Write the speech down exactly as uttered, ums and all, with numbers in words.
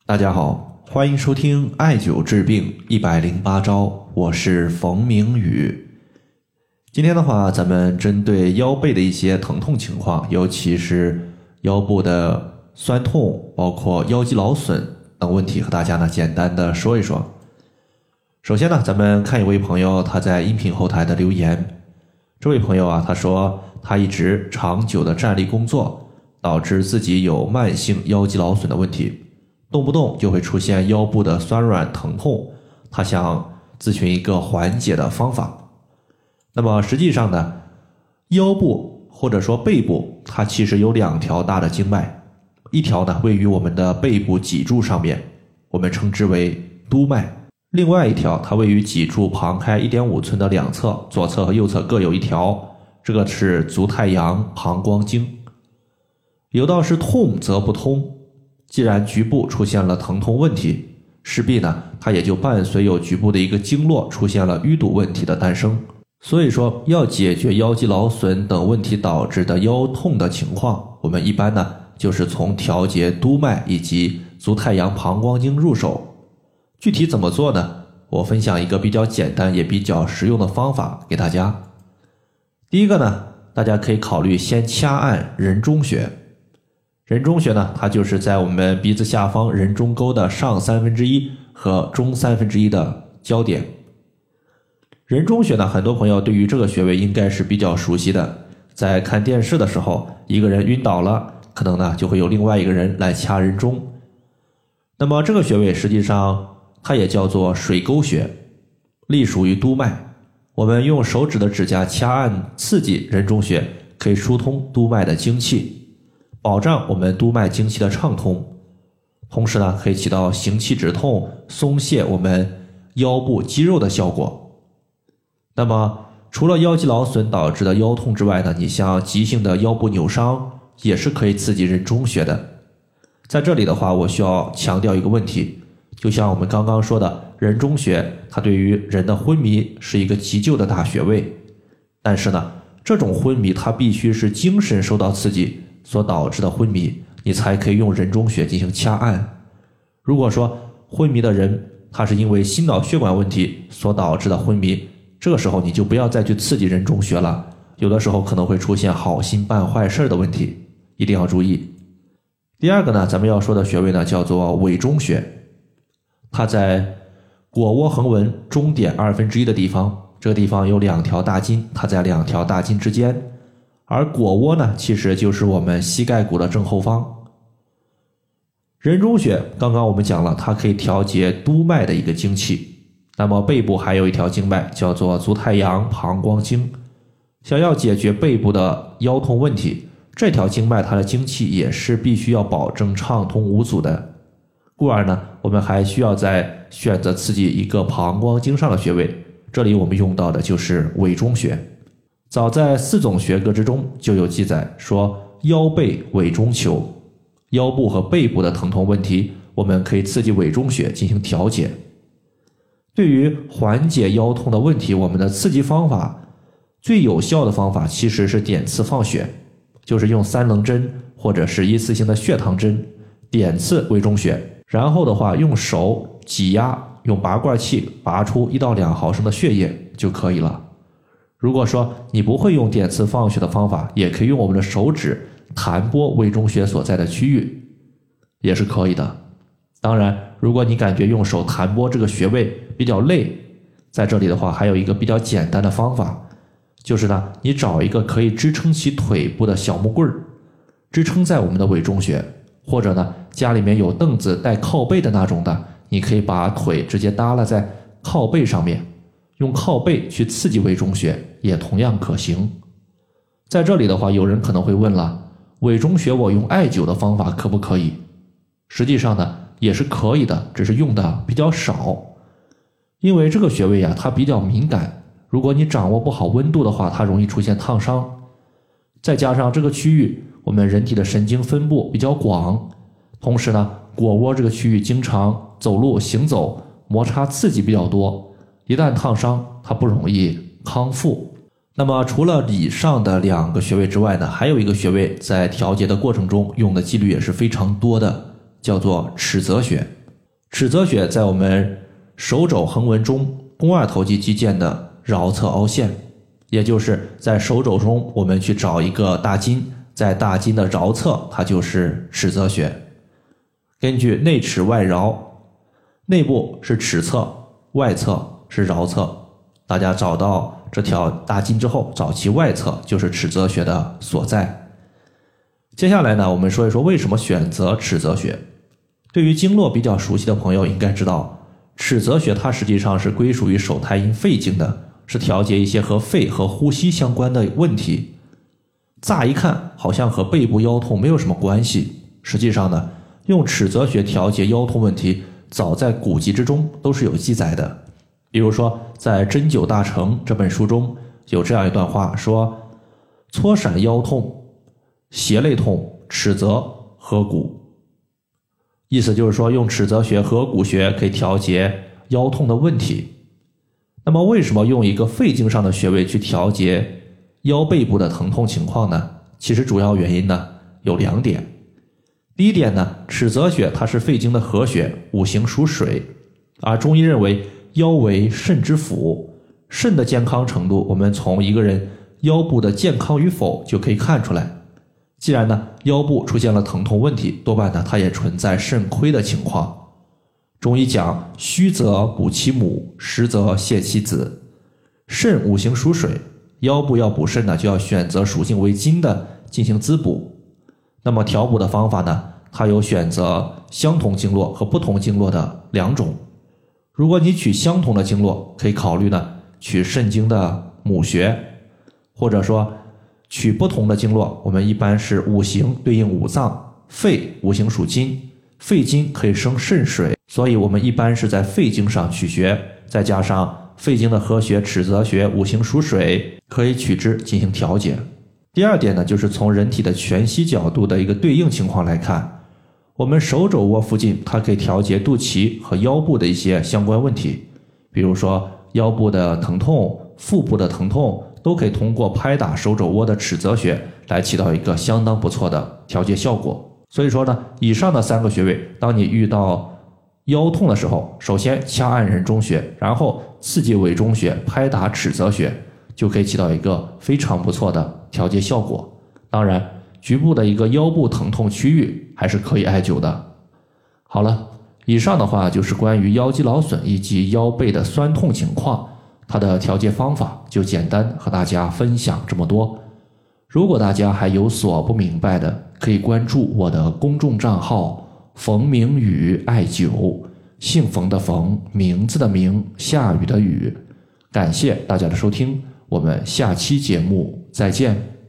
大家好，欢迎收听艾灸治病一百零八招，我是冯明宇。今天的话，咱们针对腰背的一些疼痛情况，尤其是腰部的酸痛，包括腰肌劳损等问题，和大家呢简单的说一说。首先呢，咱们看一位朋友他在音频后台的留言。这位朋友啊，他说他一直长久的站立工作，导致自己有慢性腰肌劳损的问题，动不动就会出现腰部的酸软疼痛，他想咨询一个缓解的方法。那么实际上呢，腰部或者说背部，它其实有两条大的经脉，一条呢位于我们的背部脊柱上面，我们称之为督脉；另外一条它位于脊柱旁开 一点五寸的两侧，左侧和右侧各有一条，这个是足太阳膀胱经。有道是痛则不通，既然局部出现了疼痛问题，势必呢它也就伴随有局部的一个经络出现了淤堵问题的诞生。所以说要解决腰肌劳损等问题导致的腰痛的情况，我们一般呢就是从调节督脉以及足太阳膀胱经入手。具体怎么做呢？我分享一个比较简单也比较实用的方法给大家。第一个呢，大家可以考虑先掐按人中穴。人中穴呢，它就是在我们鼻子下方人中沟的上三分之一和中三分之一的交点。人中穴呢，很多朋友对于这个穴位应该是比较熟悉的，在看电视的时候，一个人晕倒了，可能呢就会有另外一个人来掐人中。那么这个穴位实际上它也叫做水沟穴，隶属于督脉。我们用手指的指甲掐按刺激人中穴，可以疏通督脉的精气，保障我们督脉精气的畅通，同时呢可以起到行气止痛、松懈我们腰部肌肉的效果。那么除了腰肌劳损导致的腰痛之外呢，你像急性的腰部扭伤也是可以刺激人中穴的。在这里的话，我需要强调一个问题，就像我们刚刚说的，人中穴它对于人的昏迷是一个急救的大穴位，但是呢这种昏迷它必须是精神受到刺激所导致的昏迷，你才可以用人中穴进行掐按。如果说昏迷的人他是因为心脑血管问题所导致的昏迷，这个时候你就不要再去刺激人中穴了，有的时候可能会出现好心办坏事的问题，一定要注意。第二个呢，咱们要说的穴位呢叫做委中穴，它在腘窝横纹中点二分之一的地方，这个地方有两条大筋，它在两条大筋之间，而腘窝呢其实就是我们膝盖骨的正后方。人中穴刚刚我们讲了，它可以调节督脉的一个精气。那么背部还有一条经脉叫做足太阳膀胱经，想要解决背部的腰痛问题，这条经脉它的精气也是必须要保证畅通无阻的。故而呢，我们还需要再选择刺激一个膀胱经上的穴位，这里我们用到的就是委中穴。早在四种穴歌之中就有记载说，腰背委中求，腰部和背部的疼痛问题，我们可以刺激委中穴进行调节。对于缓解腰痛的问题，我们的刺激方法最有效的方法其实是点刺放血，就是用三棱针或者是一次性的血糖针点刺委中穴，然后的话用手挤压，用拔罐器拔出一到两毫升的血液就可以了。如果说你不会用点刺放血的方法，也可以用我们的手指弹拨委中穴所在的区域，也是可以的。当然如果你感觉用手弹拨这个穴位比较累，在这里的话还有一个比较简单的方法，就是呢你找一个可以支撑起腿部的小木棍儿，支撑在我们的委中穴，或者呢家里面有凳子带靠背的那种的，你可以把腿直接耷拉在靠背上面，用靠背去刺激委中穴也同样可行。在这里的话，有人可能会问了，委中穴我用艾灸的方法可不可以？实际上呢也是可以的，只是用的比较少。因为这个穴位呀、啊、它比较敏感，如果你掌握不好温度的话，它容易出现烫伤。再加上这个区域我们人体的神经分布比较广，同时呢腘窝这个区域经常走路行走摩擦刺激比较多，一旦烫伤它不容易康复。那么除了以上的两个穴位之外呢，还有一个穴位在调节的过程中用的几率也是非常多的， 叫做尺泽穴。尺泽穴在我们手肘横纹中肱二头肌肌腱的桡侧凹陷，也就是在手肘中我们去找一个大筋，在大筋的桡侧它就是尺泽穴。根据内尺外桡，内部是尺侧，外侧是桡侧，大家找到这条大筋之后，找其外侧就是尺泽穴的所在。接下来呢，我们说一说为什么选择尺泽穴。对于经络比较熟悉的朋友应该知道，尺泽穴它实际上是归属于手太阴肺经的，是调节一些和肺和呼吸相关的问题。乍一看好像和背部腰痛没有什么关系，实际上呢，用尺泽穴调节腰痛问题，早在古籍之中都是有记载的。比如说在《针灸大成》这本书中有这样一段话，说搓闪腰痛、胁肋痛，尺泽合谷。意思就是说用尺泽穴、合谷穴可以调节腰痛的问题。那么为什么用一个肺经上的穴位去调节腰背部的疼痛情况呢？其实主要原因呢有两点。第一点呢，尺泽穴它是肺经的合穴，五行属水，而中医认为腰为肾之府，肾的健康程度我们从一个人腰部的健康与否就可以看出来。既然呢腰部出现了疼痛问题，多半呢它也存在肾亏的情况。中医讲虚则补其母，实则泻其子。肾五行属水，腰部要补肾呢，就要选择属性为金的进行滋补。那么调补的方法呢，它有选择相同经络和不同经络的两种。如果你取相同的经络，可以考虑呢取肾经的母穴，或者说取不同的经络，我们一般是五行对应五脏，肺五行属金，肺金可以生肾水，所以我们一般是在肺经上取穴，再加上肺经的合穴尺泽穴五行属水，可以取之进行调节。第二点呢，就是从人体的全息角度的一个对应情况来看，我们手肘窝附近它可以调节肚脐和腰部的一些相关问题，比如说腰部的疼痛、腹部的疼痛，都可以通过拍打手肘窝的尺泽穴来起到一个相当不错的调节效果。所以说呢，以上的三个穴位，当你遇到腰痛的时候，首先掐按人中穴，然后刺激委中穴，拍打尺泽穴，就可以起到一个非常不错的调节效果。当然局部的一个腰部疼痛区域还是可以艾灸的。好了，以上的话就是关于腰肌劳损以及腰背的酸痛情况，它的调节方法就简单和大家分享这么多。如果大家还有所不明白的，可以关注我的公众账号冯明宇艾灸，姓冯的冯，名字的名，下雨的雨。感谢大家的收听，我们下期节目再见。